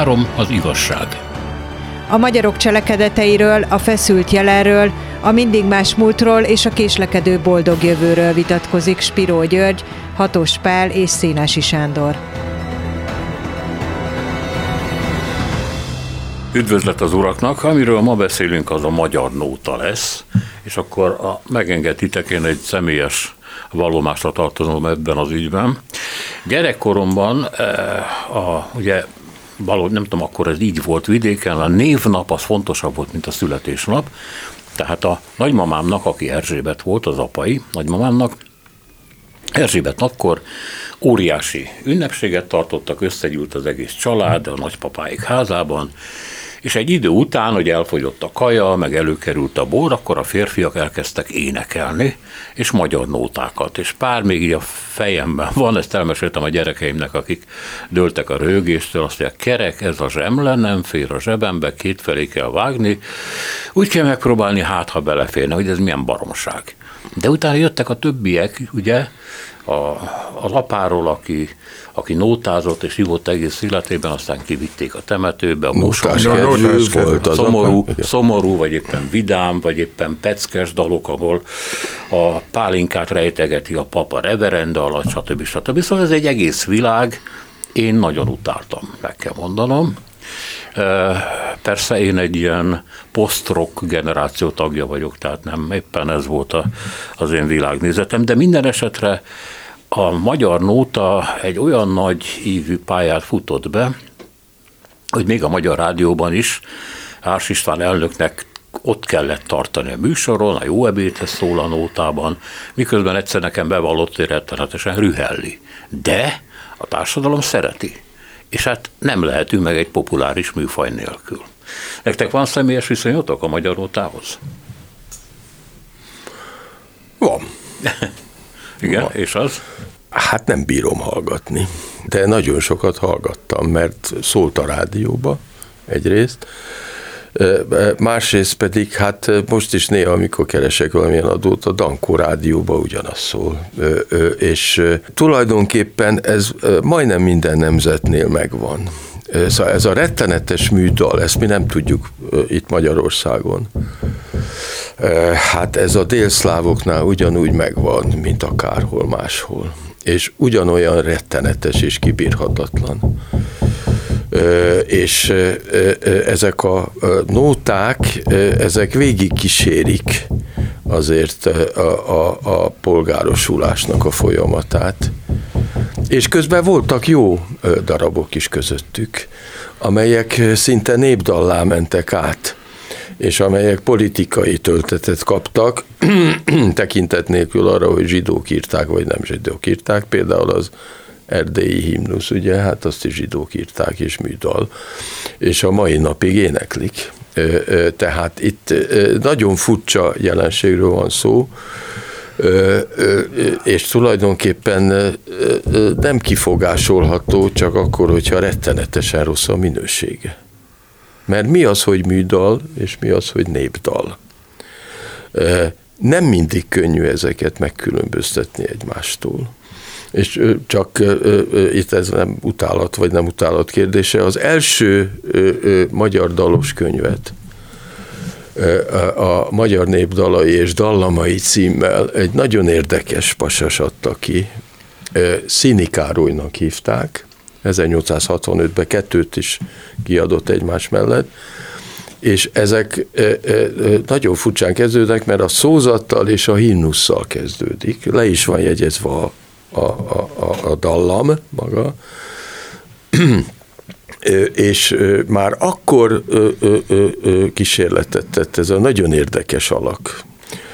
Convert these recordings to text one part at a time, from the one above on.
3. Az igazság. A magyarok cselekedeteiről, a feszült jelenről, a mindig más múltról és a késlekedő boldog jövőről vitatkozik Spiró György, Hatos Pál és Szénási Sándor. Üdvözlet az uraknak, amiről ma beszélünk, az a magyar nóta lesz, és akkor megengedhitek, én egy személyes vallomásra tartozom ebben az ügyben. Gyerekkoromban, ugye valahogy nem tudom, akkor ez így volt vidéken, a névnap az fontosabb volt, mint a születésnap, tehát a nagymamámnak, aki Erzsébet volt, az apai nagymamámnak, Erzsébet napkor óriási ünnepséget tartottak, összegyűlt az egész család a nagypapáik házában, és egy idő után, hogy elfogyott a kaja, meg előkerült a bor, akkor a férfiak elkezdtek énekelni, és magyar nótákat. És pár még így a fejemben van, ezt elmeséltem a gyerekeimnek, akik dőltek a röhögéstől, azt mondják, kerek, ez a zsemle, nem fér a zsebembe, kétfelé kell vágni, úgy kell megpróbálni, hát ha beleférne, hogy ez milyen baromság. De utána jöttek a többiek, ugye, az apáról, aki nótázott és hívott egész életében, aztán kivitték a temetőbe, a szomorú, vagy éppen vidám, vagy éppen peckes dalok, ahol a pálinkát rejtegeti a papa reverenda alatt, stb. Szóval ez egy egész világ, én nagyon utáltam, meg kell mondanom. Persze én egy ilyen post-rock generáció tagja vagyok, tehát nem éppen ez volt az én világnézetem, de minden esetre a magyar nóta egy olyan nagy ívű pályát futott be, hogy még a Magyar Rádióban is Árs István elnöknek ott kellett tartani a műsoron, a Jó ebédhez szól a nótában, miközben egyszer nekem bevallott, hogy rettenetesen rühelli. De a társadalom szereti. És hát nem lehetünk meg egy populáris műfaj nélkül. Nektek van személyes viszonyotok a magyar nótához? Van. Igen, van. És az? Hát nem bírom hallgatni, de nagyon sokat hallgattam, mert szólt a rádióba egyrészt, másrészt pedig hát most is néha, amikor keresek valamilyen adót, a Dankó rádióba ugyanaz szól. És tulajdonképpen ez majdnem minden nemzetnél megvan. Szóval ez a rettenetes műdal, ezt mi nem tudjuk itt Magyarországon. Hát ez a délszlávoknál ugyanúgy megvan, mint akárhol máshol. És ugyanolyan rettenetes és kibírhatatlan. És ezek a nóták, ezek végig kísérik azért a polgárosulásnak a folyamatát. És közben voltak jó darabok is közöttük, amelyek szinte népdallá mentek át, és amelyek politikai töltetet kaptak, tekintet nélkül arra, hogy zsidók írták, vagy nem zsidók írták, például az erdélyi himnusz, ugye, hát azt is zsidók írták, és műdal, és a mai napig éneklik. Tehát itt nagyon furcsa jelenségről van szó, és tulajdonképpen nem kifogásolható, csak akkor, hogyha rettenetesen rossz a minősége. Mert mi az, hogy műdal, és mi az, hogy népdal? Nem mindig könnyű ezeket megkülönböztetni egymástól. És csak itt ez nem utálat, vagy nem utálat kérdése. Az első magyar dalos könyvet, a Magyar Népdalai és Dallamai címmel egy nagyon érdekes pasas adta ki. Színi Károlynak hívták, 1865-ben kettőt is kiadott egymás mellett, és ezek nagyon furcsán kezdődnek, mert a szózattal és a himnusszal kezdődik. Le is van jegyezve a dallam maga, és már akkor kísérletet tett ez a nagyon érdekes alak,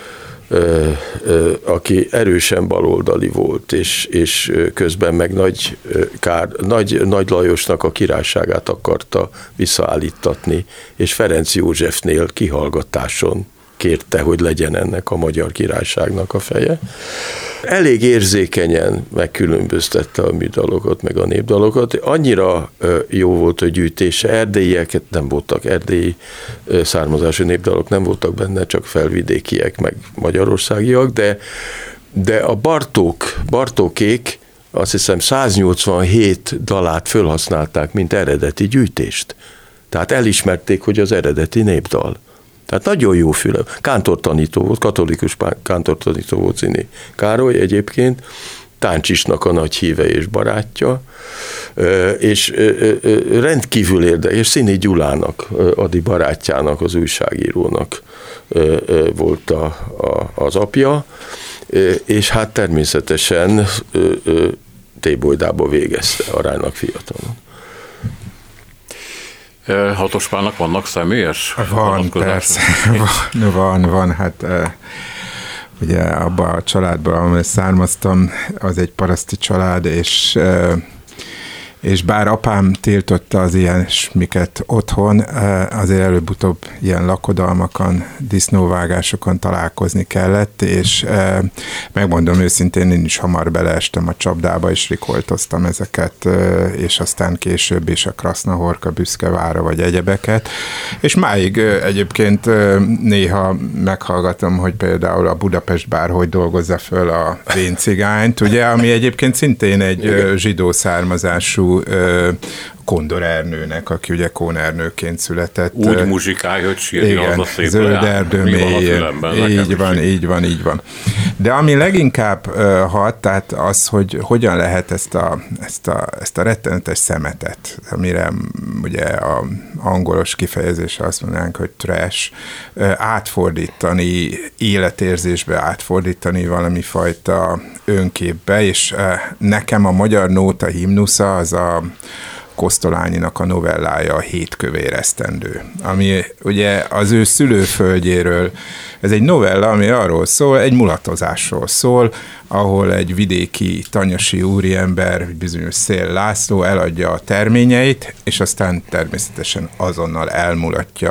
aki erősen baloldali volt, és közben meg Nagy Lajosnak a királyságát akarta visszaállítatni, és Ferenc Józsefnél kihallgatáson kérte, hogy legyen ennek a magyar királyságnak a feje. Elég érzékenyen megkülönböztette a műdalokat, meg a népdalokat. Annyira jó volt a gyűjtése, erdélyieket nem voltak, erdélyi származású népdalok nem voltak benne, csak felvidékiek, meg magyarországiak, de a Bartókék azt hiszem 187 dalát fölhasználták, mint eredeti gyűjtést. Tehát elismerték, hogy az eredeti népdal. Tehát nagyon jó füle. Kántortanító volt, katolikus kántortanító volt Zini Károly egyébként, Táncsisnak a nagy híve és barátja, és rendkívül érdekes, és Szini Gyulának, Adi barátjának, az újságírónak volt az apja, és hát természetesen Tébolydába végezte aránylag fiatalon. Hatospálnak vannak személyes? Van, persze. Van. Hát ugye abban a családban, ahol származtam, az egy paraszti család, és bár apám tiltotta az ilyesmiket otthon, azért előbb-utóbb ilyen lakodalmakon, disznóvágásokon találkozni kellett, és megmondom őszintén, én is hamar beleestem a csapdába, és rikoltoztam ezeket, és aztán később is a Krasznahorka, Büszkevára vagy egyebeket, és máig egyébként néha meghallgatom, hogy például a Budapest bárhogy dolgozza föl a véncigányt, ugye, ami egyébként szintén egy zsidó származású Kondor Ernőnek, aki ugye Kón Ernőként született. Úgy muzsikálj, hogy sírja az a szép zöld erdő mélyén. Így van. De ami leginkább hat, tehát az, hogy hogyan lehet ezt a rettenetes szemetet, amire ugye a angolos kifejezésre azt mondanánk, hogy trash, átfordítani, életérzésbe átfordítani valami fajta önképbe, és nekem a Magyar Nóta himnusza az a Kosztolányinak a novellája, a Hétkövér esztendő, ami ugye az ő szülőföldjéről, ez egy novella, ami arról szól, egy mulatozásról szól, ahol egy vidéki tanyasi úriember, bizonyos Széll László eladja a terményeit, és aztán természetesen azonnal elmulatja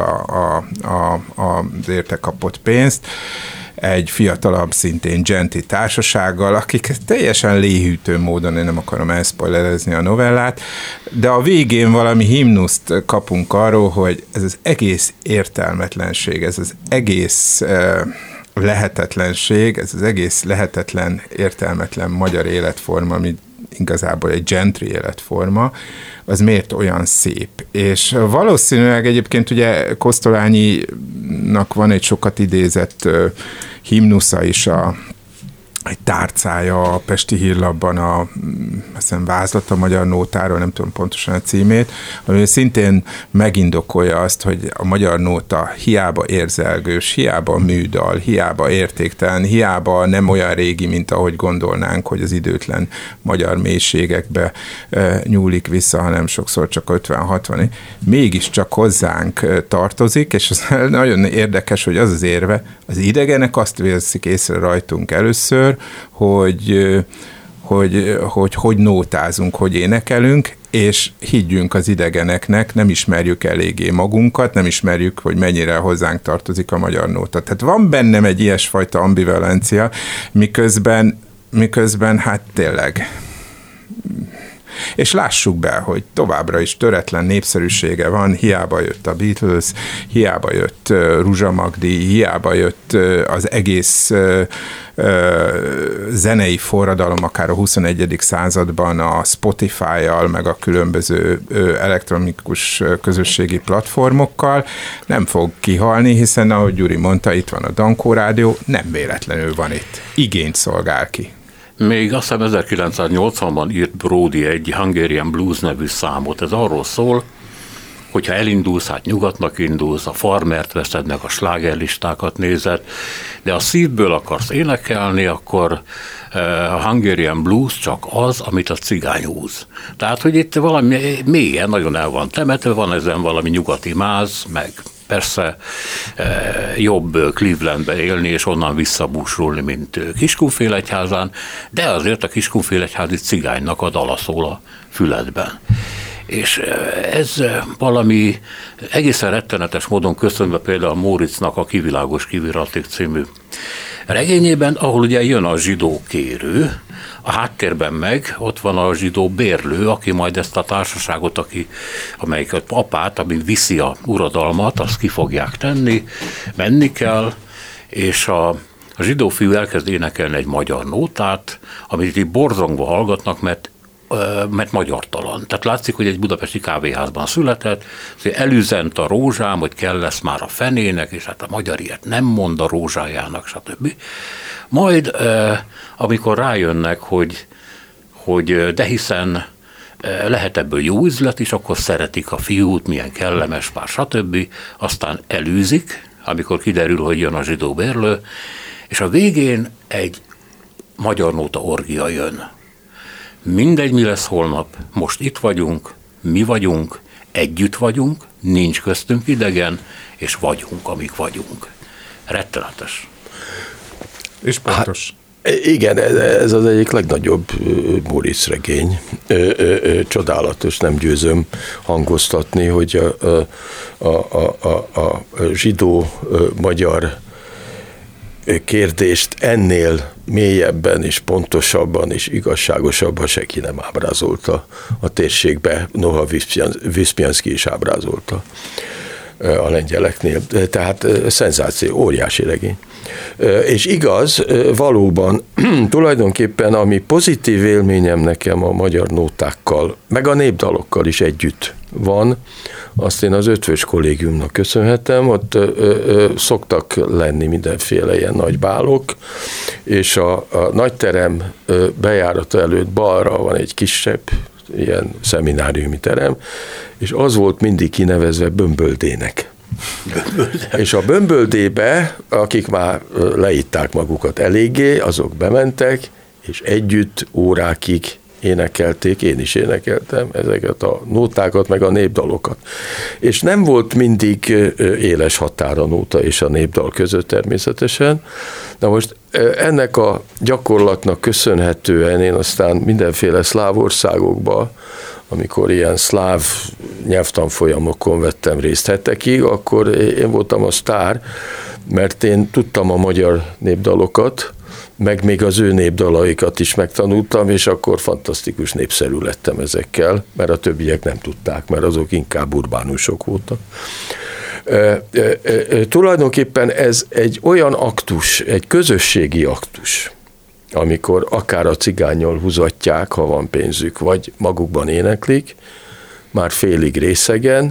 az érte kapott pénzt, egy fiatalabb, szintén genti társasággal, akik teljesen léhűtő módon, én nem akarom elszpoilerezni a novellát, de a végén valami himnuszt kapunk arról, hogy ez az egész értelmetlenség, ez az egész lehetetlenség, ez az egész lehetetlen, értelmetlen magyar életforma, ami igazából egy gentry életforma, az miért olyan szép. És valószínűleg egyébként ugye Kosztolányinak van egy sokat idézett himnusza is, egy tárcája a Pesti Hírlapban, azt hiszem vázlat a Magyar Nótáról, nem tudom pontosan a címét, ami szintén megindokolja azt, hogy a Magyar Nóta hiába érzelgős, hiába műdal, hiába értéktelen, hiába nem olyan régi, mint ahogy gondolnánk, hogy az időtlen magyar mélységekbe nyúlik vissza, hanem sokszor csak 50-60, mégiscsak hozzánk tartozik, és az nagyon érdekes, hogy az érve, az idegenek azt veszik észre rajtunk először, hogy nótázunk, hogy énekelünk, és higgyünk az idegeneknek, nem ismerjük eléggé magunkat, nem ismerjük, hogy mennyire hozzánk tartozik a magyar nóta. Tehát van bennem egy ilyesfajta ambivalencia, miközben hát tényleg. És lássuk be, hogy továbbra is töretlen népszerűsége van, hiába jött a Beatles, hiába jött Ruzsa Magdi, hiába jött az egész zenei forradalom, akár a 21. században a Spotify-jal, meg a különböző elektronikus közösségi platformokkal, nem fog kihalni, hiszen ahogy Gyuri mondta, itt van a Dankó Rádió, nem véletlenül van itt. Igényt szolgál ki. Még azt hiszem 1980-ban írt Brody egy Hungarian Blues nevű számot. Ez arról szól, hogyha elindulsz, hát nyugatnak indulsz, a farmert veszed, meg a slágerlistákat nézed, de a szívből akarsz énekelni, akkor a Hungarian Blues csak az, amit a cigány húz. Tehát, hogy itt valami mélyen nagyon el van temetve, van ezen valami nyugati máz, meg persze jobb Clevelandbe élni, és onnan visszabúsulni, mint Kiskunfélegyházán, de azért a kiskunfélegyházi cigánynak a dala szól a füledben. És ez valami egészen rettenetes módon köszönve például Móricznak a Kivilágos Kiviraték című regényében, ahol ugye jön a zsidó kérő, a háttérben meg ott van a zsidó bérlő, aki majd ezt a társaságot, amelyik apát, ami viszi a uradalmat, azt ki fogják tenni, menni kell, és a a zsidó fiú elkezd énekelni egy magyar nótát, amit így borzongva hallgatnak, mert magyartalan. Tehát látszik, hogy egy budapesti kávéházban született, elüzent a rózsám, hogy kell lesz már a fenének, és hát a magyar ilyet nem mond a rózsájának, stb. Majd, amikor rájönnek, hogy de hiszen lehet ebből jó üzlet is, akkor szeretik a fiút, milyen kellemes pár, stb. Aztán elűzik, amikor kiderül, hogy jön a zsidó bérlő, és a végén egy magyar nóta orgia jön. Mindegy, mi lesz holnap, most itt vagyunk, mi vagyunk, együtt vagyunk, nincs köztünk idegen, és vagyunk, amik vagyunk. Rettenetes. És pontos. Igen, ez az egyik legnagyobb Móricz regény. Csodálatos, nem győzöm hangoztatni, hogy a zsidó-magyar kérdést ennél mélyebben és pontosabban és igazságosabban senki nem ábrázolta a térségbe, noha Wyspiański is ábrázolta a lengyeleknél. Tehát szenzáció, óriási regény. És igaz, valóban tulajdonképpen ami pozitív élményem nekem a magyar nótákkal, meg a népdalokkal is együtt van, azt én az Ötvös Kollégiumnak köszönhetem, ott szoktak lenni mindenféle ilyen nagy bálok, és a nagyterem bejárata előtt balra van egy kisebb ilyen szemináriumi terem, és az volt mindig kinevezve Bömböldének. És a Bömböldébe, akik már leitták magukat eléggé, azok bementek, és együtt órákig énekelték, én is énekeltem ezeket a nótákat, meg a népdalokat. És nem volt mindig éles határ a nóta és a népdal között természetesen. Na most ennek a gyakorlatnak köszönhetően én aztán mindenféle szláv országokba, amikor ilyen szláv nyelvtanfolyamokon vettem részt hetekig, akkor én voltam a sztár, mert én tudtam a magyar népdalokat, meg még az ő népdalaikat is megtanultam, és akkor fantasztikus népszerű lettem ezekkel, mert a többiek nem tudták, mert azok inkább urbánusok voltak. Tulajdonképpen ez egy olyan aktus, egy közösségi aktus, amikor akár a cigánnyal húzatják, ha van pénzük, vagy magukban éneklik, már félig részegen,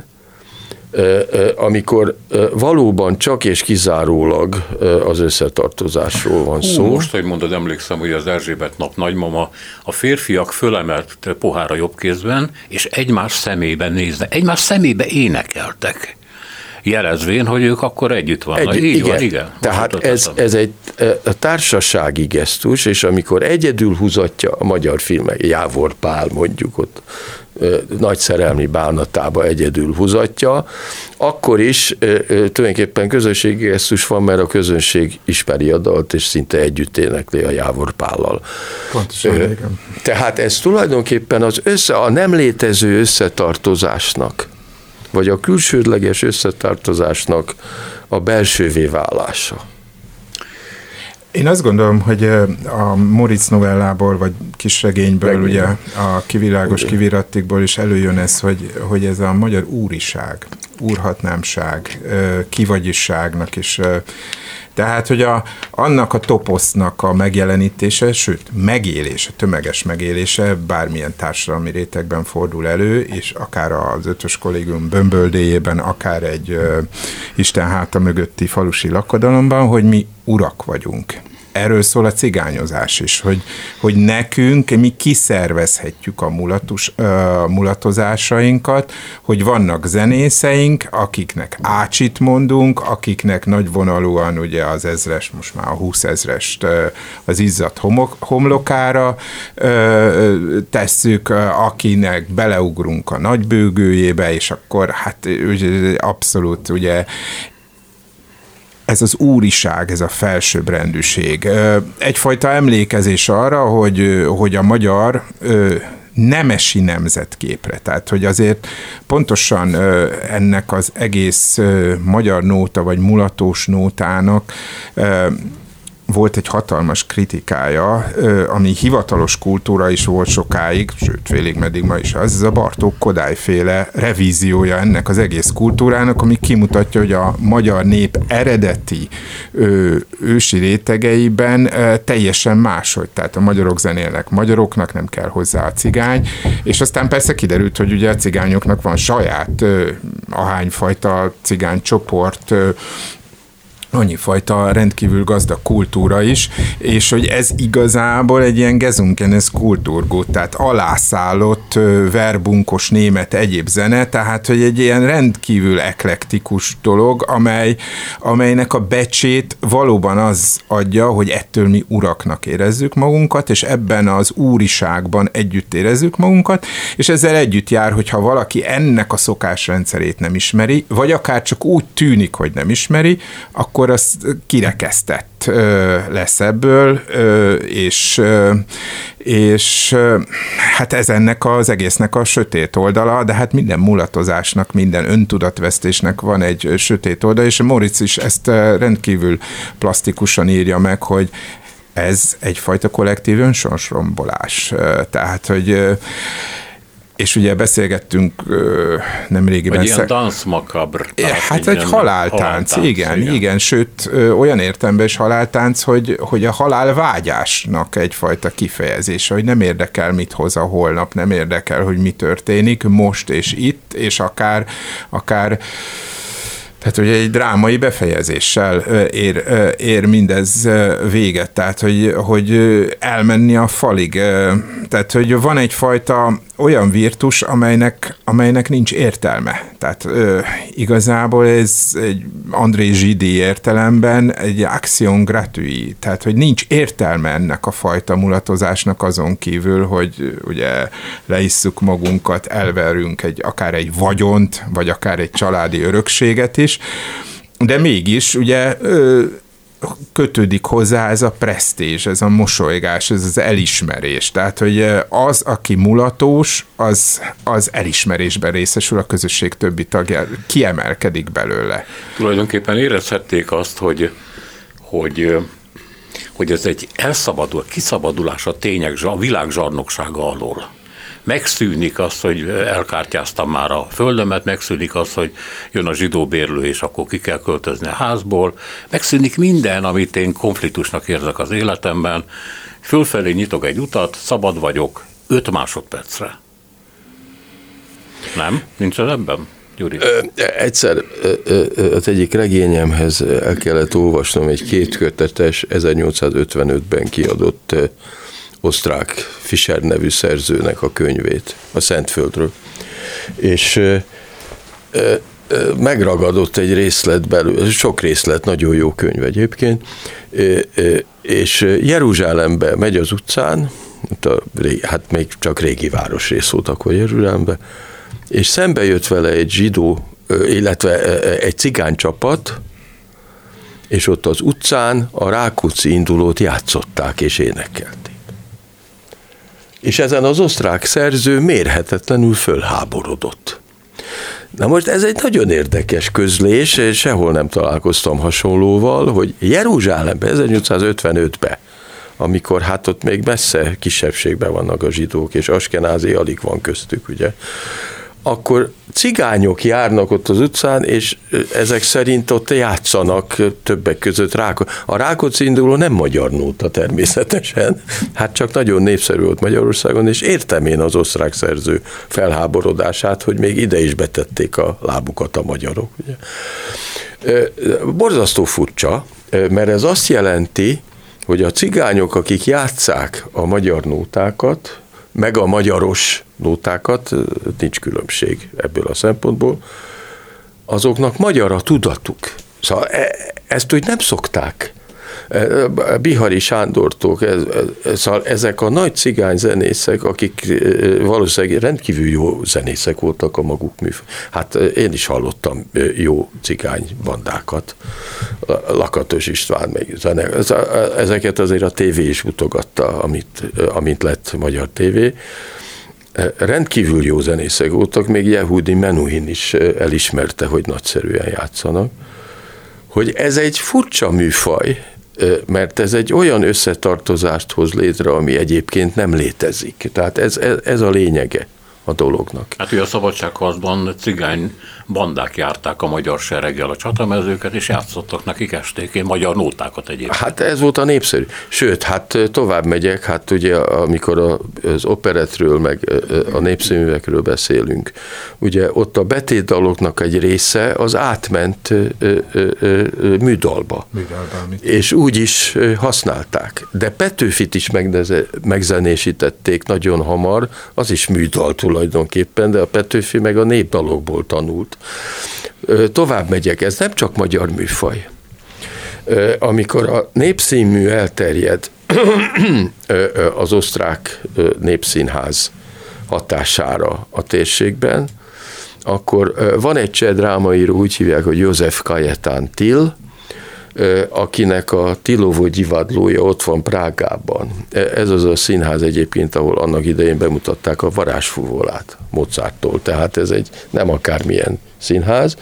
amikor valóban csak és kizárólag az összetartozásról van szó. Most, hogy mondod, emlékszem, hogy az Erzsébet nap nagymama, a férfiak fölemelt pohár a jobb kézben, és egymás szemébe néznek, egymás szemébe énekeltek, jelezvén, hogy ők akkor együtt vannak. Igen. Tehát ez egy társasági gesztus, és amikor egyedül húzatja a magyar filmek, Jávor Pál mondjuk ott nagy szerelmi bánatába egyedül húzatja, akkor is tulajdonképpen közösségi gesztus van, mert a közönség ismeri a dalt, és szinte együtt énekli a Jávor Pállal. Pontosan, igen. Tehát ez tulajdonképpen a nem létező összetartozásnak, vagy a külsődleges összetartozásnak a belsővé válása. Én azt gondolom, hogy a Móricz novellából, vagy kisregényből, ugye a Kivilágos kivirattikból is előjön ez, hogy ez a magyar úriság, úrhatnámság, kivagyisságnak is. Tehát, hogy annak a toposznak a megjelenítése, sőt, megélése, tömeges megélése bármilyen társadalmi rétegben fordul elő, és akár az Ötvös Kollégium Bömböldéjében, akár egy Isten háta mögötti falusi lakodalomban, hogy mi urak vagyunk. Erről szól a cigányozás is, hogy nekünk, mi kiszervezhetjük a mulatozásainkat, hogy vannak zenészeink, akiknek ácsit mondunk, akiknek nagyvonalúan ugye az ezres, most már a 20 ezrest az izzadt homlokára tesszük, akinek beleugrunk a nagybőgőjébe, és akkor hát abszolút ugye ez az úriság, ez a felsőbbrendűség. Egyfajta emlékezés arra, hogy a magyar nemesi nemzetképre. Tehát, hogy azért pontosan ennek az egész magyar nóta, vagy mulatós nótának volt egy hatalmas kritikája, ami hivatalos kultúra is volt sokáig, sőt félig meddig ma is az, ez a Bartók Kodály-féle revíziója ennek az egész kultúrának, ami kimutatja, hogy a magyar nép eredeti ősi rétegeiben teljesen máshogy. Tehát a magyarok zenélnek magyaroknak, nem kell hozzá a cigány, és aztán persze kiderült, hogy ugye a cigányoknak van saját ahányfajta cigánycsoport, annyifajta rendkívül gazdag kultúra is, és hogy ez igazából egy ilyen gezunkenes kultúrgut, tehát alászállott, verbunkos német egyéb zene, tehát hogy egy ilyen rendkívül eklektikus dolog, amelynek a becsét valóban az adja, hogy ettől mi uraknak érezzük magunkat, és ebben az úriságban együtt érezzük magunkat, és ezzel együtt jár, hogyha valaki ennek a szokásrendszerét nem ismeri, vagy akár csak úgy tűnik, hogy nem ismeri, akkor az kirekesztett lesz ebből, és hát ez ennek az egésznek a sötét oldala, de hát minden mulatozásnak, minden öntudatvesztésnek van egy sötét oldala, és Móricz is ezt rendkívül plastikusan írja meg, hogy ez egyfajta kollektív önsorsrombolás. Tehát, hogy és ugye beszélgettünk nemrégiben. Vagy ilyen dance macabre. Hát egy haláltánc, igen. Sőt, olyan értelemben is haláltánc, hogy a halálvágyásnak egyfajta kifejezése, hogy nem érdekel, mit hoz a holnap, nem érdekel, hogy mi történik most és itt, és akár tehát ugye egy drámai befejezéssel ér mindez véget, tehát hogy elmenni a falig. Tehát, hogy van egyfajta olyan virtus, amelynek nincs értelme. Tehát igazából ez egy André Gide értelemben egy action gratuit, tehát hogy nincs értelme ennek a fajta mulatozásnak azon kívül, hogy ugye leisszuk magunkat, elverünk akár egy vagyont, vagy akár egy családi örökséget is, de mégis ugye kötődik hozzá ez a presztízs, ez a mosolygás, ez az elismerés. Tehát, hogy az, aki mulatós, az elismerésben részesül, a közösség többi tagja kiemelkedik belőle. Tulajdonképpen érezhették azt, hogy ez egy kiszabadulás a tények, a világ zsarnoksága alól. Megszűnik az, hogy elkártyáztam már a földemet, megszűnik az, hogy jön a zsidó bérlő, és akkor ki kell költözni a házból. Megszűnik minden, amit én konfliktusnak érzek az életemben. Fölfelé nyitok egy utat, szabad vagyok 5 másodpercre. Nem? Nincs ez ebben, Gyuri? Egyszer az egyik regényemhez el kellett olvasnom egy 2 kötetes 1855-ben kiadott osztrák Fischer nevű szerzőnek a könyvét a Szentföldről. És megragadott egy részlet belőle, sok részlet, nagyon jó könyv egyébként, és Jeruzsálembe megy az utcán, hát még csak régi városrész volt akkor Jeruzsálembe, és szembe jött vele egy zsidó, illetve egy cigánycsapat, és ott az utcán a Rákóczi indulót játszották és énekelték. És ezen az osztrák szerző mérhetetlenül fölháborodott. Na most ez egy nagyon érdekes közlés, sehol nem találkoztam hasonlóval, hogy Jeruzsálemben 1855-ben, amikor hát ott még messze kisebbségben vannak a zsidók, és askenázi alig van köztük, ugye, akkor cigányok járnak ott az utcán, és ezek szerint ott játszanak többek között a Rákóczi induló nem magyar nóta természetesen, hát csak nagyon népszerű volt Magyarországon, és értem én az osztrák szerző felháborodását, hogy még ide is betették a lábukat a magyarok. Ugye. Borzasztó furcsa, mert ez azt jelenti, hogy a cigányok, akik játsszák a magyar nótákat, meg a magyaros nótákat, nincs különbség ebből a szempontból, azoknak magyar a tudatuk. Szóval ezt úgy nem szokták. Bihari Sándortól, szóval ezek a nagy cigány zenészek, akik valószínűleg rendkívül jó zenészek voltak a maguk műfaj. Hát én is hallottam jó cigány bandákat, Lakatos István, meg ezeket azért a tévé is mutogatta, amint lett magyar tévé. Rendkívül jó zenészek voltak, még Yehudi Menuhin is elismerte, hogy nagyszerűen játszanak. Hogy ez egy furcsa műfaj, mert ez egy olyan összetartozást hoz létre, ami egyébként nem létezik. Tehát ez a lényege a dolognak. Hát ugye a szabadságharcban cigány bandák járták a magyar sereggel a csatamezőket, és játszottak nekik estékén magyar nótákat egyébként. Hát ez volt a népszerű. Sőt, hát tovább megyek, hát ugye amikor az operettről, meg a népszínművekről beszélünk, ugye ott a betétdaloknak egy része az átment műdalba. És úgy is használták. De Petőfit is megzenésítették nagyon hamar, az is műdal tulajdonképpen, de a Petőfi meg a népdalokból tanult. Tovább megyek, ez nem csak magyar műfaj. Amikor a népszínmű elterjed az osztrák népszínház hatására a térségben, akkor van egy cseh drámaíró, úgy hívják, hogy József Kajetán Till, akinek a Tilovo gyivadlója ott van Prágában. Ez az a színház egyébként, ahol annak idején bemutatták a Varázsfuvolát Mozarttól, tehát ez egy nem akármilyen színház.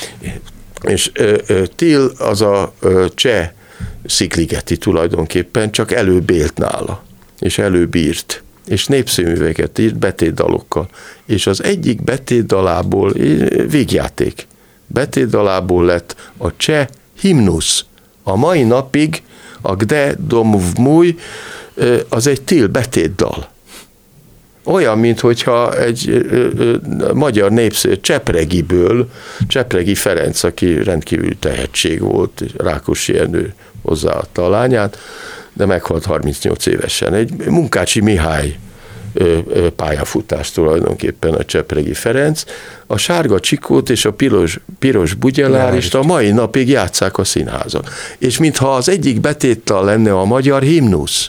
És Till az a cseh Szikligeti tulajdonképpen, csak előbb élt nála, és előbb írt, és népszínműveket írt betétdalokkal. És az egyik betétdalából, végjáték, betétdalából lett a cseh himnusz. A mai napig a Kde domov můj az egy Till betétdal. Olyan, minthogyha egy magyar népszínű Csepregi Ferenc, aki rendkívül tehetség volt, Rákosi Ernő hozzáadta a lányát, de meghalt 38 évesen. Egy Munkácsi Mihály pályafutás tulajdonképpen a Csepregi Ferenc, a Sárga Csikót és a Piros Bugyelárist a mai napig játsszák a színházak. És mintha az egyik betéttal lenne a magyar himnusz.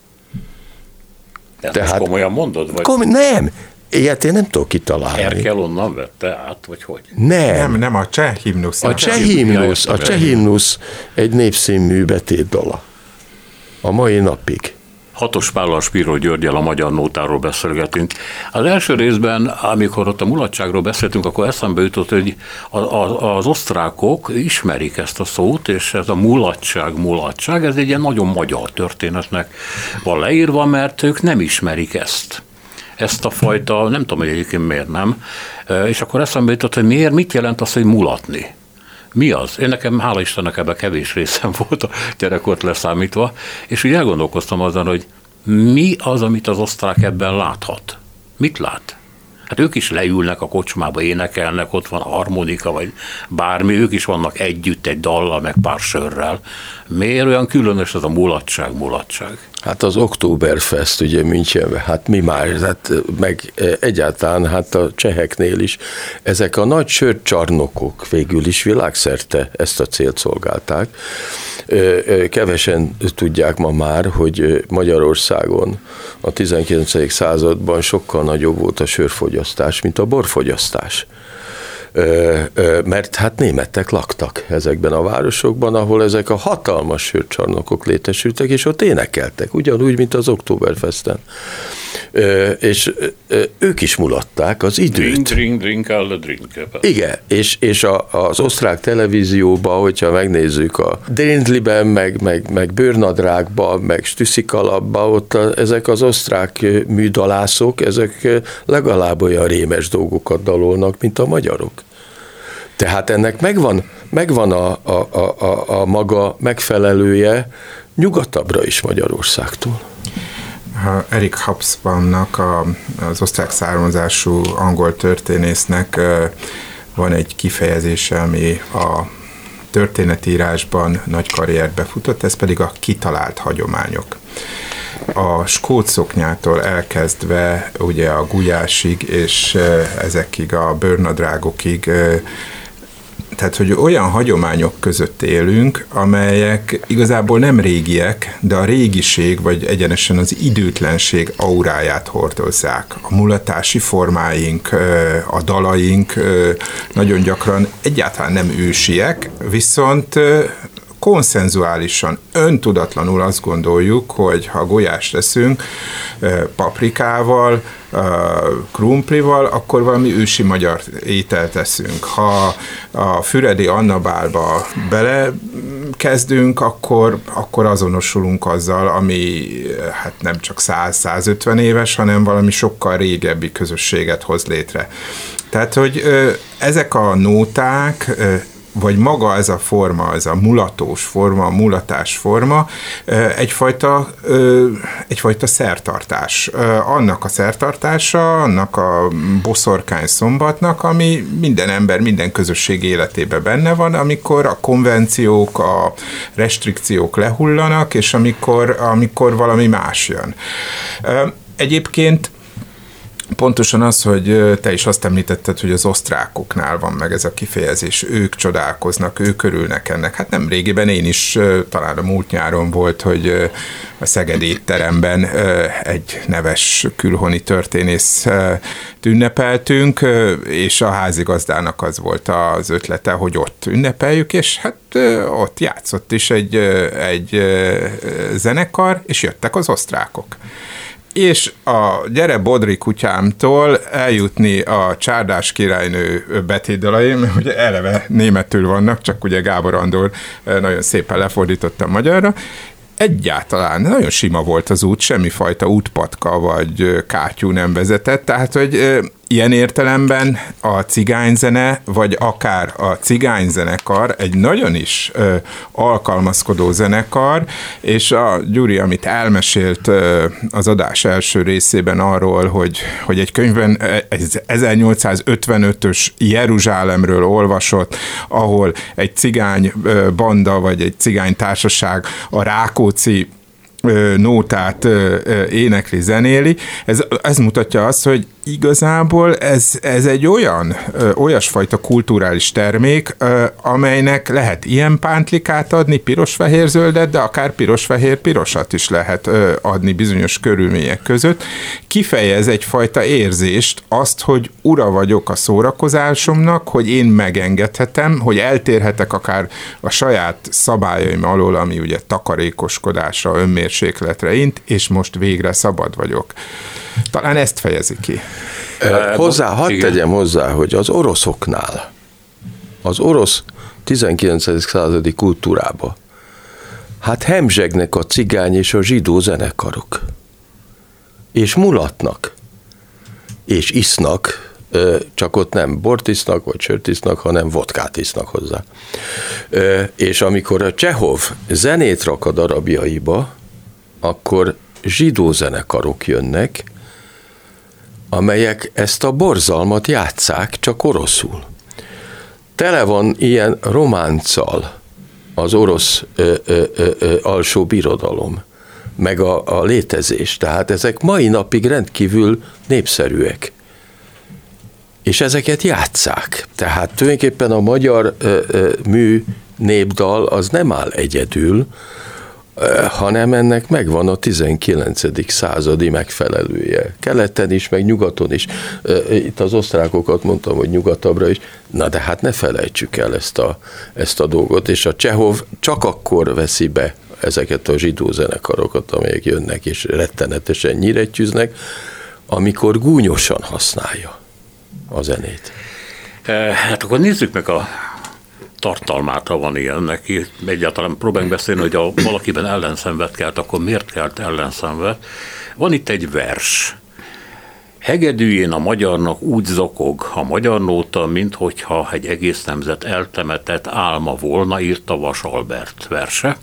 Tehát komolyan mondod? Vagy? Nem, ilyet én nem tudok kitalálni. Erkel onnan vette át, vagy hogy? Nem, a cseh himnusz. A cseh himnusz egy népszínmű betétdala. A mai napig. Hatos Pállal, Spiró Györggyel a magyar nótáról beszélgetünk. Az első részben, amikor ott a mulatságról beszéltünk, akkor eszembe jutott, hogy az osztrákok ismerik ezt a szót, és ez a mulatság, ez egy ilyen nagyon magyar történetnek van leírva, mert ők nem ismerik ezt a fajta, nem tudom, hogy egyébként miért nem, és akkor eszembe jutott, hogy mit jelent az, hogy mulatni? Mi az? Én nekem, hála Istennek, ebben kevés részem volt a gyerekkort leszámítva, és úgy elgondolkoztam azon, hogy mi az, amit az osztrák ebben láthat? Mit lát? Hát ők is leülnek a kocsmába, énekelnek, ott van harmonika, vagy bármi, ők is vannak együtt egy dallal, meg pár sörrel. Miért olyan különös ez a mulatság? Hát az Oktoberfest ugye Münchenben, hát mi már, hát meg egyáltalán hát a cseheknél is, ezek a nagy sörcsarnokok végül is világszerte ezt a célt szolgálták. Kevesen tudják ma már, hogy Magyarországon a 19. században sokkal nagyobb volt a sörfogyasztás, mint a borfogyasztás. Mert hát németek laktak ezekben a városokban, ahol ezek a hatalmas sörcsarnokok létesültek, és ott énekeltek, ugyanúgy, mint az Oktoberfesten. És ők is mulatták az időt. Drink, alle drink. Igen, és az osztrák televízióban, hogyha megnézzük a Drindliben, meg bőrnadrágban, meg stüsszikalapban, ott ezek az osztrák műdalászok, ezek legalább olyan rémes dolgokat dalolnak, mint a magyarok. Tehát ennek megvan a maga megfelelője nyugatabbra is Magyarországtól. Eric Hobsbawmnak, az osztrák származású angol történésznek van egy kifejezése, ami a történetírásban nagy karriert befutott, ez pedig a kitalált hagyományok. A skót szoknyától elkezdve ugye a gulyásig és ezekig a bőrnadrágokig, tehát, hogy olyan hagyományok között élünk, amelyek igazából nem régiek, de a régiség, vagy egyenesen az időtlenség auráját hordozzák. A mulatási formáink, a dalaink nagyon gyakran egyáltalán nem ősiek, viszont konszenzuálisan, öntudatlanul azt gondoljuk, hogy ha gulyást teszünk paprikával, krumplival, akkor valami ősi magyar ételt teszünk. Ha a Füredi Annabálba belekezdünk, akkor azonosulunk azzal, ami hát nem csak 100-150 éves, hanem valami sokkal régebbi közösséget hoz létre. Tehát, hogy ezek a nóták, vagy maga ez a forma, ez a mulatós forma, a mulatás forma, egyfajta szertartás. Annak a szertartása, annak a boszorkány szombatnak, ami minden ember, minden közösség életében benne van, amikor a konvenciók, a restrikciók lehullanak, és amikor valami más jön. Egyébként pontosan az, hogy te is azt említetted, hogy az osztrákoknál van meg ez a kifejezés, ők csodálkoznak, ők örülnek ennek. Hát nem régiben én is, talán a múlt nyáron volt, hogy a Szegedi étteremben egy neves külhoni történész ünnepeltünk, és a házigazdának az volt az ötlete, hogy ott ünnepeljük, és hát ott játszott is egy zenekar, és jöttek az osztrákok. És a Gyere Bodri kutyámtól eljutni a Csárdás királynő betétdalai, mert ugye eleve németül vannak, csak ugye Gábor Andor nagyon szépen lefordította magyarra. Egyáltalán nagyon sima volt az út, semmifajta útpatka vagy kátyú nem vezetett, tehát hogy ilyen értelemben a cigányzene, vagy akár a cigányzenekar egy nagyon is alkalmazkodó zenekar, és a Gyuri, amit elmesélt az adás első részében arról, hogy egy könyvben 1855-ös Jeruzsálemről olvasott, ahol egy cigány banda, vagy egy cigány társaság a Rákóczi nótát énekli, zenéli. Ez mutatja azt, hogy igazából ez egy olyasfajta kulturális termék, amelynek lehet ilyen pántlikát adni, piros-fehér-zöldet, de akár piros-fehér-pirosat is lehet adni bizonyos körülmények között. Kifejez egyfajta érzést, azt, hogy ura vagyok a szórakozásomnak, hogy én megengedhetem, hogy eltérhetek akár a saját szabályaim alól, ami ugye takarékoskodásra, önmérsékletre int, és most végre szabad vagyok. Talán ezt fejezi ki. Hadd tegyem hozzá, hogy az oroszoknál, az orosz 19. századi kultúrába, hát hemzsegnek a cigány és a zsidó zenekarok. És mulatnak. És isznak, csak ott nem bort isznak, vagy sört isznak, hanem vodkát isznak hozzá. És amikor a Csehov zenét rak a darabjaiba, akkor zsidó zenekarok jönnek, amelyek ezt a borzalmat játsszák, csak oroszul. Tele van ilyen románccal az orosz alsó birodalom, meg a létezés. Tehát ezek mai napig rendkívül népszerűek. És ezeket játsszák. Tehát tulajdonképpen a magyar mű népdal az nem áll egyedül, hanem ennek megvan a 19. századi megfelelője. Keleten is, meg nyugaton is. Itt az osztrákokat mondtam, hogy nyugatabbra is. Na de hát ne felejtsük el ezt a dolgot, és a Csehov csak akkor veszi be ezeket a zsidó zenekarokat, amelyek jönnek és rettenetesen nyirettyűznek, amikor gúnyosan használja a zenét. Hát akkor nézzük meg a tartalmát, ha van ilyen neki. Egyáltalán próbáljunk beszélni, hogy ha valakiben ellenszenvet kelt, akkor miért kelt ellenszenvet. Van itt egy vers. Hegedűjén a magyarnak úgy zokog a magyar nóta, minthogyha egy egész nemzet eltemetett álma volna, írta Vas Albert verse.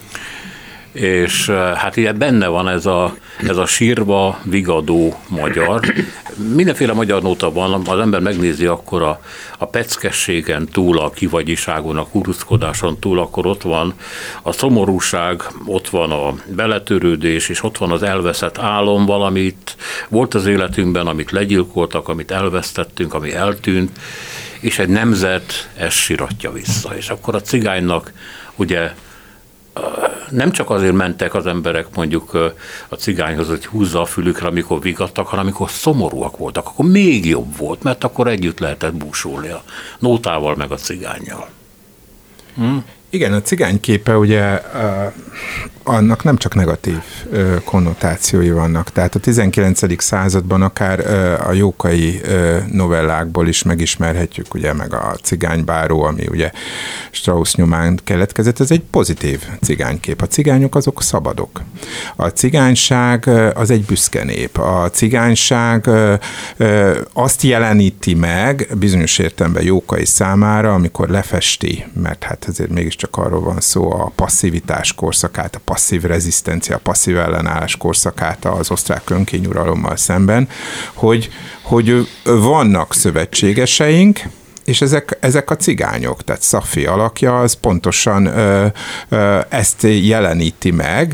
És hát ugye benne van ez a sírva vigadó magyar. Mindenféle magyar nóta van, az ember megnézi akkor a peckességen túl, a kivagyiságon, a kuruckodáson túl, akkor ott van a szomorúság, ott van a beletörődés, és ott van az elveszett álom, valamit volt az életünkben, amit legyilkoltak, amit elvesztettünk, ami eltűnt, és egy nemzet ezt siratja vissza. És akkor a cigánynak ugye nem csak azért mentek az emberek mondjuk a cigányhoz, hogy húzza a fülükre, amikor vigadtak, hanem amikor szomorúak voltak, akkor még jobb volt, mert akkor együtt lehetett búsulni a nótával meg a cigánnyal. Igen, a cigányképe ugye annak nem csak negatív konnotációi vannak. Tehát a 19. században akár a Jókai novellákból is megismerhetjük, ugye, meg a cigánybáró, ami ugye Strauss nyomán keletkezett, ez egy pozitív cigánykép. A cigányok azok szabadok. A cigányság az egy büszke nép. A cigányság azt jeleníti meg bizonyos értelemben Jókai számára, amikor lefesti, mert hát ezért mégiscsak arról van szó, a passzivitás korszakát, a passzív rezisztencia, a passzív ellenállás korszakát az osztrák önkényuralommal szemben, hogy vannak szövetségeseink, és ezek a cigányok, tehát Szafi alakja, az pontosan ezt jeleníti meg,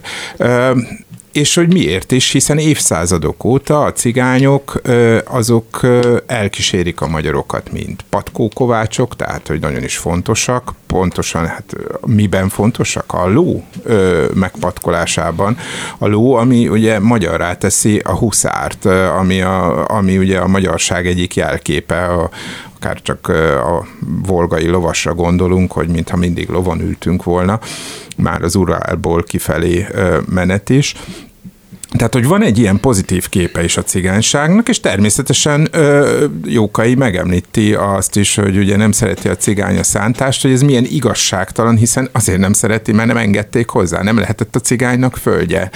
és hogy miért is, hiszen évszázadok óta a cigányok azok elkísérik a magyarokat, mint patkókovácsok, tehát hogy nagyon is fontosak, pontosan hát miben fontosak? A ló megpatkolásában. A ló, ami ugye magyarrá teszi a huszárt, ami ugye a magyarság egyik jelképe, akár csak a volgai lovasra gondolunk, hogy mintha mindig lovon ültünk volna, már az Urálból kifelé menet is. Tehát, hogy van egy ilyen pozitív képe is a cigányságnak, és természetesen Jókai megemlíti azt is, hogy ugye nem szereti a cigány a szántást, hogy ez milyen igazságtalan, hiszen azért nem szereti, mert nem engedték hozzá, nem lehetett a cigánynak földje,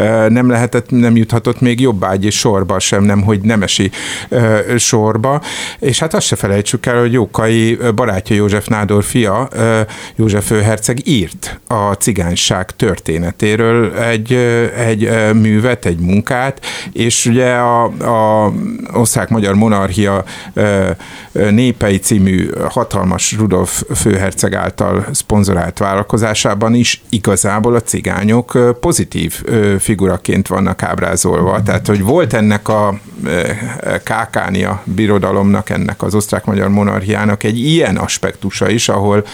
nem juthatott még jobbágyi sorba sem, nemhogy nemesi sorba, és hát azt se felejtsük el, hogy Jókai barátja József nádor fia, József főherceg írt a cigányság történetéről egy művet, egy munkát, és ugye a Osztrák-Magyar Monarchia népei című hatalmas Rudolf főherceg által szponzorált vállalkozásában is igazából a cigányok pozitív figuraként vannak ábrázolva. Tehát, hogy volt ennek a Kákánia birodalomnak, ennek az Osztrák-Magyar Monarchiának egy ilyen aspektusa is,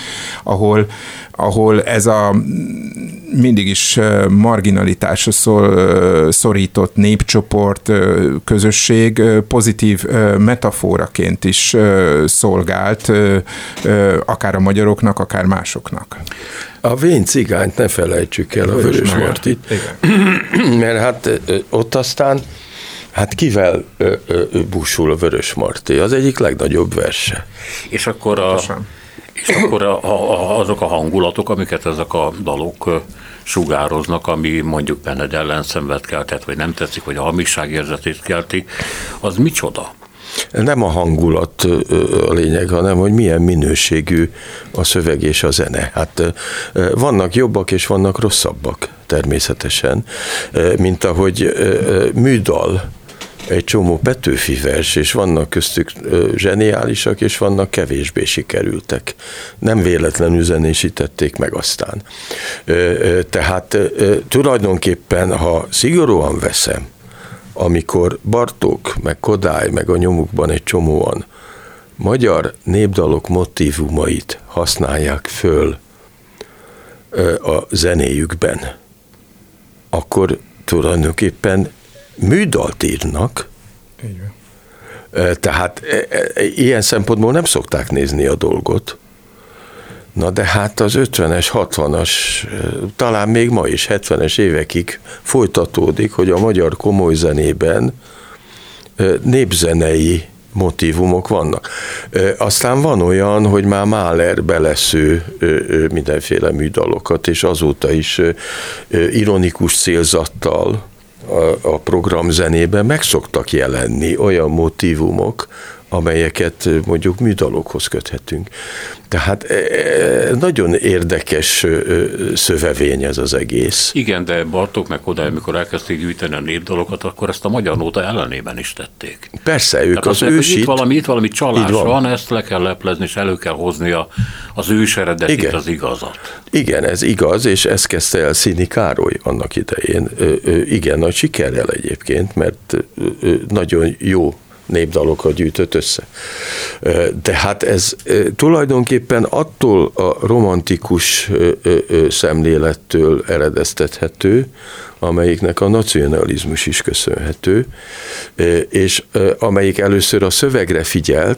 ahol ez a mindig is marginalitásra szorított népcsoport, közösség pozitív metaforaként is szolgált, akár a magyaroknak, akár másoknak. A vén cigányt ne felejtsük el, a Vörösmartyt, mert hát ott aztán hát kivel búsul a Vörösmarty? Az egyik legnagyobb verse. És akkor azok a hangulatok, amiket ezek a dalok sugároznak, ami mondjuk benned ellenszenvet keltett, vagy nem tetszik, vagy a hamisság érzetét kelti, az micsoda? Nem a hangulat a lényeg, hanem hogy milyen minőségű a szöveg és a zene. Hát vannak jobbak és vannak rosszabbak természetesen, mint ahogy műdal, egy csomó Petőfi vers, és vannak köztük zseniálisak, és vannak kevésbé sikerültek. Nem véletlenül zenésítették meg aztán. Tehát tulajdonképpen, ha szigorúan veszem, amikor Bartók, meg Kodály, meg a nyomukban egy csomóan magyar népdalok motívumait használják föl a zenéjükben, akkor tulajdonképpen műdalt írnak, tehát ilyen szempontból nem szokták nézni a dolgot. Na de hát az 50-es, 60-as, talán még ma is 70-es évekig folytatódik, hogy a magyar komoly zenében népzenei motívumok vannak. Aztán van olyan, hogy már Mahler belesző mindenféle műdalokat, és azóta is ironikus célzattal a programzenében meg szoktak jelenni olyan motívumok, amelyeket mondjuk műdalokhoz köthetünk. Tehát nagyon érdekes szövevény ez az egész. Igen, de Bartók meg Kodály, amikor elkezdték gyűjteni a népdalokat, akkor ezt a magyar nóta ellenében is tették. Persze, ők az ősit... Itt valami csalás van, ezt le kell leplezni, és elő kell hozni az ős eredetit, igen, az igazat. Igen, ez igaz, és ezt kezdte el Színi Károly annak idején. Igen, nagy sikerrel egyébként, mert nagyon jó népdalokat gyűjtött össze. De hát ez tulajdonképpen attól a romantikus szemlélettől eredeztethető, amelyiknek a nacionalizmus is köszönhető, és amelyik először a szövegre figyelt,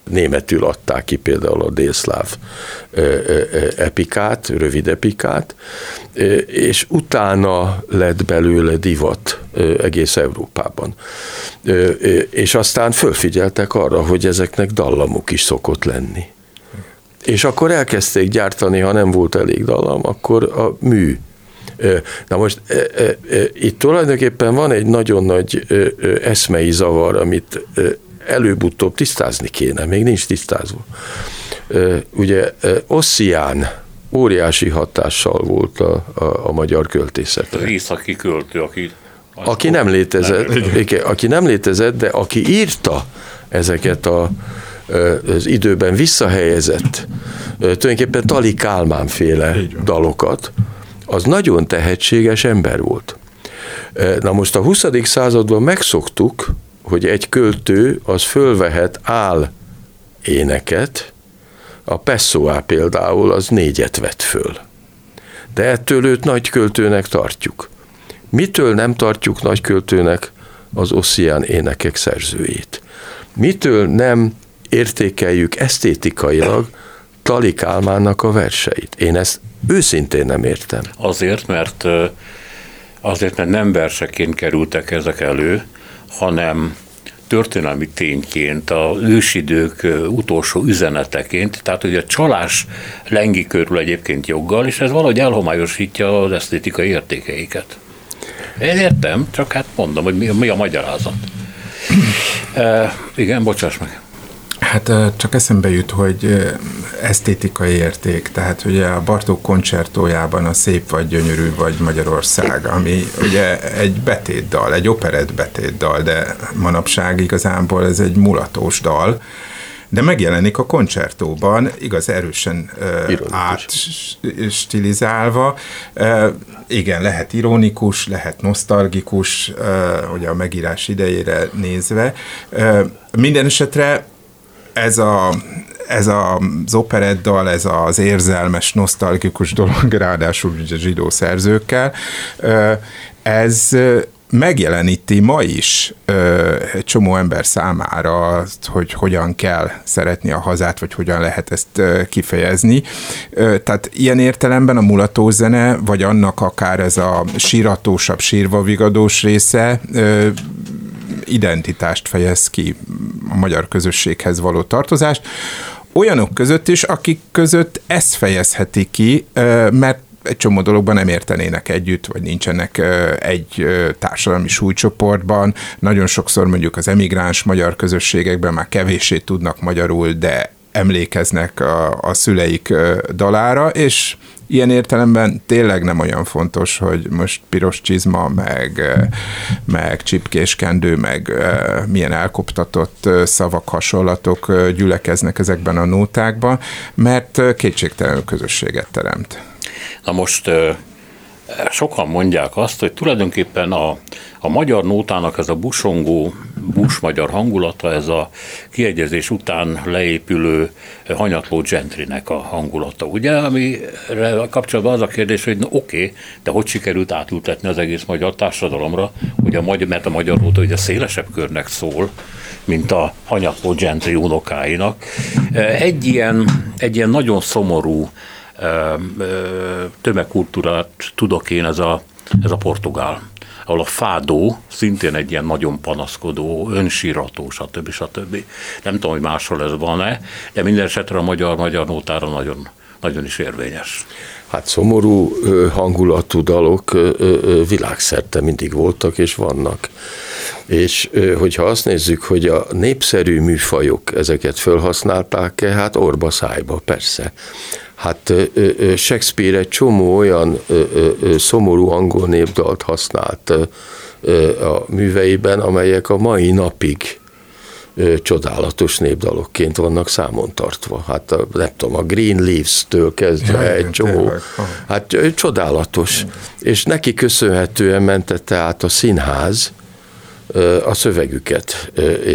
németül adták ki például a délszláv epikát, rövid epikát, és utána lett belőle divat egész Európában. És aztán fölfigyeltek arra, hogy ezeknek dallamuk is szokott lenni. És akkor elkezdték gyártani, ha nem volt elég dallam, akkor a mű. Na most itt tulajdonképpen van egy nagyon nagy eszmei zavar, amit előbb-utóbb tisztázni kéne, még nincs tisztázva. Ugye Ossian óriási hatással volt a magyar költészetre. Az északi költő, aki nem létezett, de aki írta ezeket az időben visszahelyezett, tulajdonképpen Tali Kálmán-féle dalokat, az nagyon tehetséges ember volt. Na most a 20. században megszoktuk, hogy egy költő az fölvehet áll éneket, a Pessoa például az 4 vett föl. De ettől őt nagy költőnek tartjuk. Mitől nem tartjuk nagy költőnek az Ossian énekek szerzőjét? Mitől nem értékeljük esztétikailag Tali Kálmánnak a verseit? Én ezt őszintén nem értem. Azért, mert nem verseként kerültek ezek elő, hanem történelmi tényként, az ősidők utolsó üzeneteként, tehát ugye a csalás lengi körül egyébként joggal, és ez valahogy elhomályosítja az esztétikai értékeiket. Én értem, csak hát mondom, hogy mi a magyarázat. Igen, bocsáss meg. Hát csak eszembe jut, hogy esztétikai érték, tehát ugye a Bartók koncertójában a Szép vagy gyönyörű vagy Magyarország, ami ugye egy betétdal, egy operett betétdal, de manapság igazából ez egy mulatós dal, de megjelenik a koncertóban, igaz, erősen átstilizálva. Igen, lehet ironikus, lehet nosztalgikus, ugye a megírás idejére nézve. Minden esetre ez az operettdal, ez az érzelmes, nosztalgikus dolog, ráadásul ugye zsidó szerzőkkel, ez megjeleníti ma is egy csomó ember számára, hogy hogyan kell szeretni a hazát, vagy hogyan lehet ezt kifejezni. Tehát ilyen értelemben a mulatós zene, vagy annak akár ez a síratósabb, sírva-vigadós része identitást fejez ki, a magyar közösséghez való tartozást, olyanok között is, akik között ezt fejezheti ki, mert egy csomó dologban nem értenének együtt, vagy nincsenek egy társadalmi súlycsoportban. Nagyon sokszor mondjuk az emigráns magyar közösségekben már kevéssé tudnak magyarul, de emlékeznek a szüleik dalára, és ilyen értelemben tényleg nem olyan fontos, hogy most piros csizma, meg csipkéskendő, meg milyen elkoptatott szavak, hasonlatok gyülekeznek ezekben a nótákban, mert kétségtelenül közösséget teremt. Na most sokan mondják azt, hogy tulajdonképpen a magyar nótának ez a busongó, bus-magyar hangulata, ez a kiegyezés után leépülő hanyatló gentrinek a hangulata. Ugye, amire kapcsolatban az a kérdés, hogy oké, de hogy sikerült átültetni az egész magyar társadalomra, ugye, mert a magyar nóta ugye szélesebb körnek szól, mint a hanyatló gentri unokáinak. Egy ilyen nagyon szomorú tömegkultúrát tudok én, ez a portugál, ahol a fádó szintén egy ilyen nagyon panaszkodó, önsírató, stb. Nem tudom, hogy máshol ez van-e, de minden esetre a magyar nótára nagyon, nagyon is érvényes. Hát szomorú hangulatú dalok világszerte mindig voltak és vannak. És hogyha azt nézzük, hogy a népszerű műfajok ezeket felhasználták-e, hát orba szájba, persze. Hát Shakespeare egy csomó olyan szomorú angol népdalt használt a műveiben, amelyek a mai napig csodálatos népdalokként vannak számon tartva. Hát nem tudom, a Green Leaves-től kezdve egy csomó. Hát csodálatos. És neki köszönhetően mentette át a színház a szövegüket.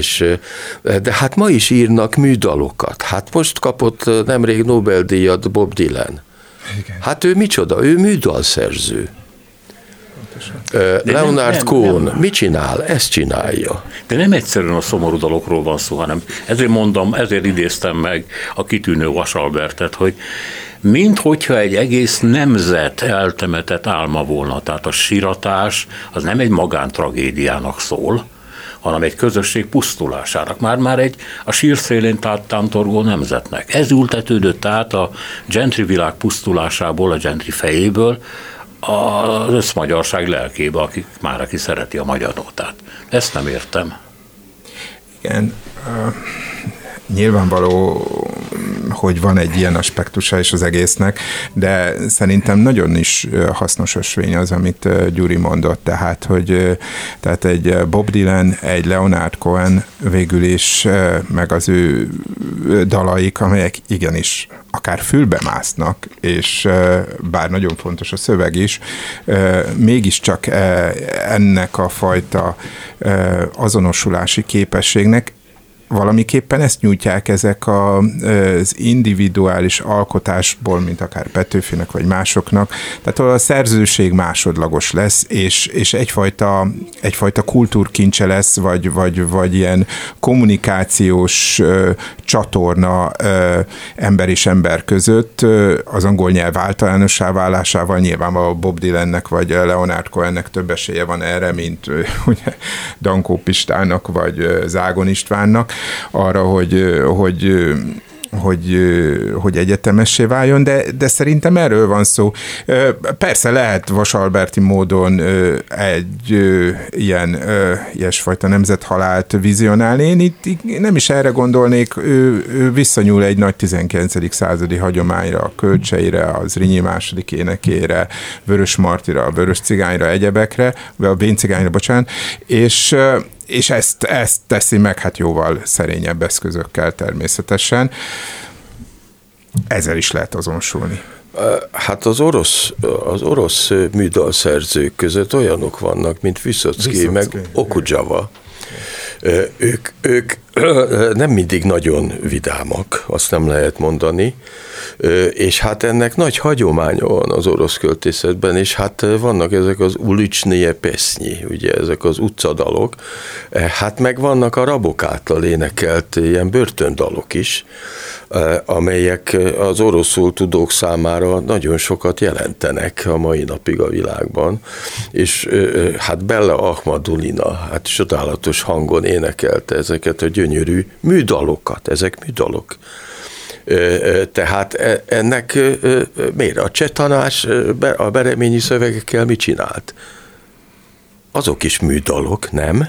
De hát ma is írnak műdalokat. Hát most kapott nemrég Nobel-díjat Bob Dylan. Igen. Hát ő micsoda? Ő műdalszerző. Leonard Cohen mit csinál? Ezt csinálja. De nem egyszerűen a szomorú dalokról van szó, hanem ezért idéztem meg a kitűnő Vasalbertet, hogy minthogyha egy egész nemzet eltemetett álma volna. Tehát a síratás az nem egy magántragédiának szól, hanem egy közösség pusztulásának. Már a sírszélén tántorgó nemzetnek. Ez ültetődött át a gentry világ pusztulásából, a gentry fejéből az összmagyarság lelkébe, aki szereti a magyar nótát. Ezt nem értem. Igen, nyilvánvaló, hogy van egy ilyen aspektusa is az egésznek, de szerintem nagyon is hasznos ösvény az, amit Gyuri mondott, tehát egy Bob Dylan, egy Leonard Cohen végül is, meg az ő dalaik, amelyek igenis akár fülbe másznak, és bár nagyon fontos a szöveg is, mégiscsak ennek a fajta azonosulási képességnek valamiképpen ezt nyújtják ezek az individuális alkotásból, mint akár Petőfinek vagy másoknak, tehát a szerzőség másodlagos lesz, és egyfajta kultúrkincse lesz, vagy ilyen kommunikációs csatorna ember és ember között, az angol nyelv általánossá válásával nyilván a Bob Dylannek vagy Leonard Cohennek több esélye van erre, mint ugye Dankó Pistának vagy Zágon Istvánnak, arra, hogy egyetemessé váljon, de szerintem erről van szó. Persze lehet vasalberti módon egy ilyesfajta nemzethalált vizionálni. Én itt nem is erre gondolnék, ő visszanyúl egy nagy 19. századi hagyományra, a Kölcseire, az Zrínyi második énekére, Vörös Martira, a Vörös Cigányra, egyebekre, vagy a Vén Cigányra, bocsánat, és ezt teszi meg, hát jóval szerényebb eszközökkel természetesen. Ezzel is lehet azonosulni. Hát az orosz műdalszerzők között olyanok vannak, mint Vyszocki, meg Okudjava. Ők nem mindig nagyon vidámak, azt nem lehet mondani, és hát ennek nagy hagyománya van az orosz költészetben, és hát vannak ezek az ulicsnie pesznyi, ugye ezek az utcadalok, hát meg vannak a rabok által énekelt ilyen börtöndalok is, amelyek az oroszul tudók számára nagyon sokat jelentenek a mai napig a világban, és hát Bella Ahmadulina, hát csodálatos hangon énekelte ezeket a gyönyörű műdalokat, ezek műdalok. Tehát ennek miért? A Cseh Tamás a bereményi szövegekkel mit csinált? Azok is műdalok, nem?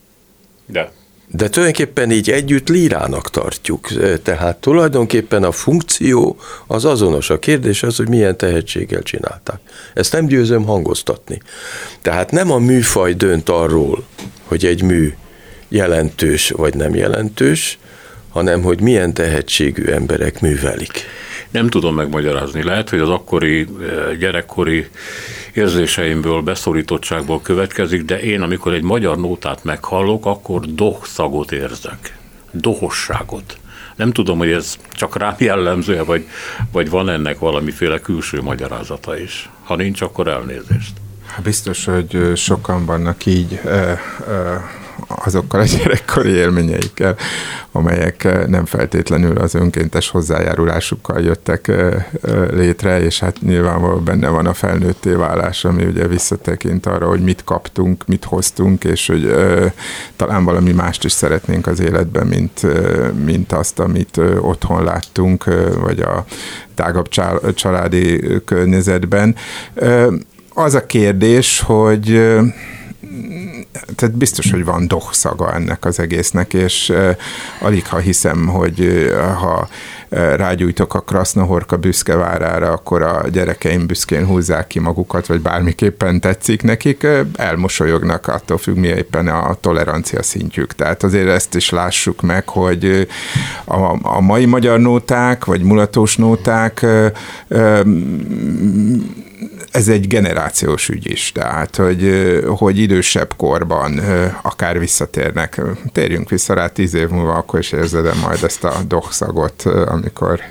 De tulajdonképpen így együtt lírának tartjuk. Tehát tulajdonképpen a funkció az azonos. A kérdés az, hogy milyen tehetséggel csinálták. Ezt nem győzöm hangoztatni. Tehát nem a műfaj dönt arról, hogy egy mű jelentős vagy nem jelentős, hanem hogy milyen tehetségű emberek művelik. Nem tudom megmagyarázni. Lehet, hogy az akkori gyerekkori érzéseimből, beszorítottságból következik, de én, amikor egy magyar nótát meghallok, akkor dohszagot érzek. Dohosságot. Nem tudom, hogy ez csak rám jellemző, vagy van ennek valamiféle külső magyarázata is. Ha nincs, akkor elnézést. Biztos, hogy sokan vannak így azokkal a gyerekkori élményeikkel, amelyek nem feltétlenül az önkéntes hozzájárulásukkal jöttek létre, és hát nyilvánvalóan benne van a felnőtté válás, ami ugye visszatekint arra, hogy mit kaptunk, mit hoztunk, és hogy talán valami mást is szeretnénk az életben, mint azt, amit otthon láttunk, vagy a tágabb családi környezetben. Az a kérdés, hogy tehát biztos, hogy van dohszaga ennek az egésznek, és alig ha hiszem, hogy ha rágyújtok a Krasznahorka büszkevárára, akkor a gyerekeim büszkén húzzák ki magukat, vagy bármiképpen tetszik nekik, elmosolyognak, attól függ, mi éppen a tolerancia szintjük. Tehát azért ezt is lássuk meg, hogy a mai magyar nóták, vagy mulatós nóták, ez egy generációs ügy is, tehát, hogy idősebb korban akár visszatérnek. Térjünk vissza rá 10 év múlva, akkor is érzed majd ezt a dohszagot, amikor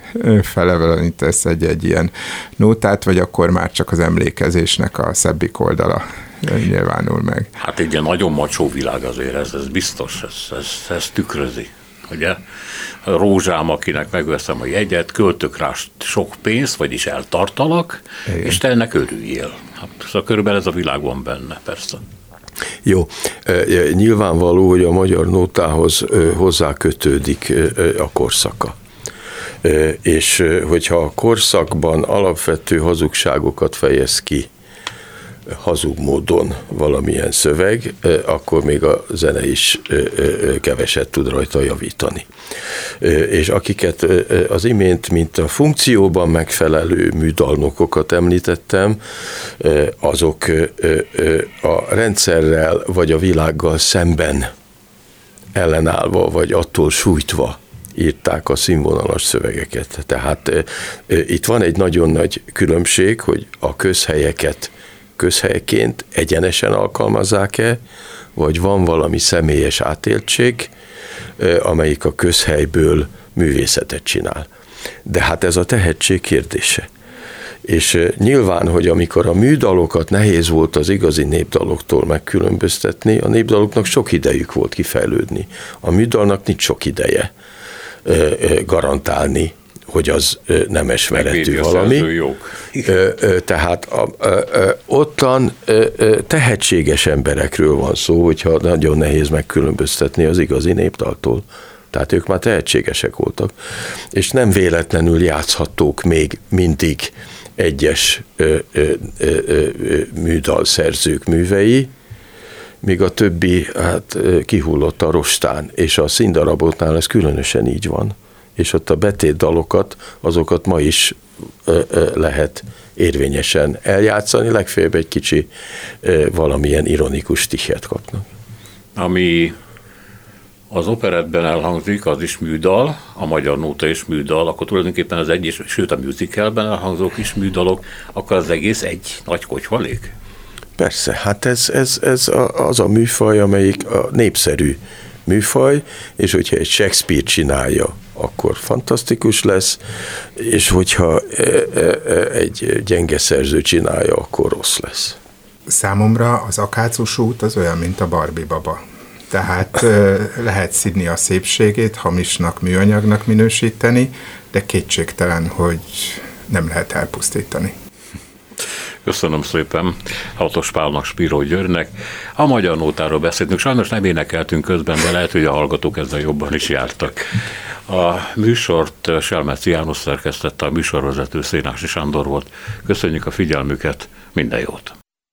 felevelenítesz egy ilyen nótát, vagy akkor már csak az emlékezésnek a szebbik oldala nyilvánul meg. Hát egy ilyen nagyon macsó világ azért, ez biztos, ez tükrözi. Ugye? Rózsám, akinek megveszem a jegyet, költök rá sok pénzt, vagyis eltartalak, igen, és te ennek örüljél. Hát, szóval körülbelül ez a világ van benne, persze. Jó, nyilvánvaló, hogy a magyar nótához hozzá kötődik a korszaka. És hogyha a korszakban alapvető hazugságokat fejez ki, hazug módon valamilyen szöveg, akkor még a zene is keveset tud rajta javítani. És akiket az imént, mint a funkcióban megfelelő műdalnokokat említettem, azok a rendszerrel vagy a világgal szemben ellenállva, vagy attól sújtva írták a színvonalas szövegeket. Tehát itt van egy nagyon nagy különbség, hogy a közhelyeket közhelyként egyenesen alkalmazzák-e, vagy van valami személyes átéltség, amelyik a közhelyből művészetet csinál. De hát ez a tehetség kérdése. És nyilván, hogy amikor a műdalokat nehéz volt az igazi népdaloktól megkülönböztetni, a népdaloknak sok idejük volt kifejlődni. A műdalnak nincs sok ideje garantálni, hogy az nemesmeretű valami. Tehát ottan tehetséges emberekről van szó, hogyha nagyon nehéz megkülönböztetni az igazi népdaltól. Tehát ők már tehetségesek voltak, és nem véletlenül játszhattók még mindig egyes műdalszerzők művei, míg a többi hát kihullott a rostán, és a színdaraboknál ez különösen így van. És ott a betétdalokat, azokat ma is lehet érvényesen eljátszani, legfeljebb egy kicsi valamilyen ironikus stichet kapnak. Ami az operettben elhangzik, az is műdal, a magyar nóta is műdal, akkor tulajdonképpen az egy, sőt a musicalben elhangzók is műdalok, akkor az egész egy nagy kocsmalék? Persze, hát ez az a műfaj, amelyik a népszerű műfaj, és hogyha egy Shakespeare csinálja, akkor fantasztikus lesz, és hogyha egy gyenge szerző csinálja, akkor rossz lesz. Számomra az Akácos út az olyan, mint a Barbie baba. Tehát lehet szidni a szépségét, hamisnak, műanyagnak minősíteni, de kétségtelen, hogy nem lehet elpusztítani. Köszönöm szépen Hatos Pálnak, Spiró Györgynek. A magyar nótáról beszéltünk, sajnos nem énekeltünk közben, de lehet, hogy a hallgatók ezzel jobban is jártak. A műsort Selmeci János szerkesztette, a műsorvezető Szénási Sándor volt. Köszönjük a figyelmüket, minden jót!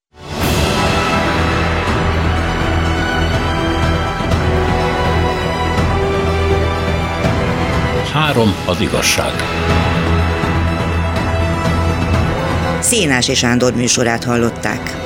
3 az igazság. Szénási Sándor műsorát hallották.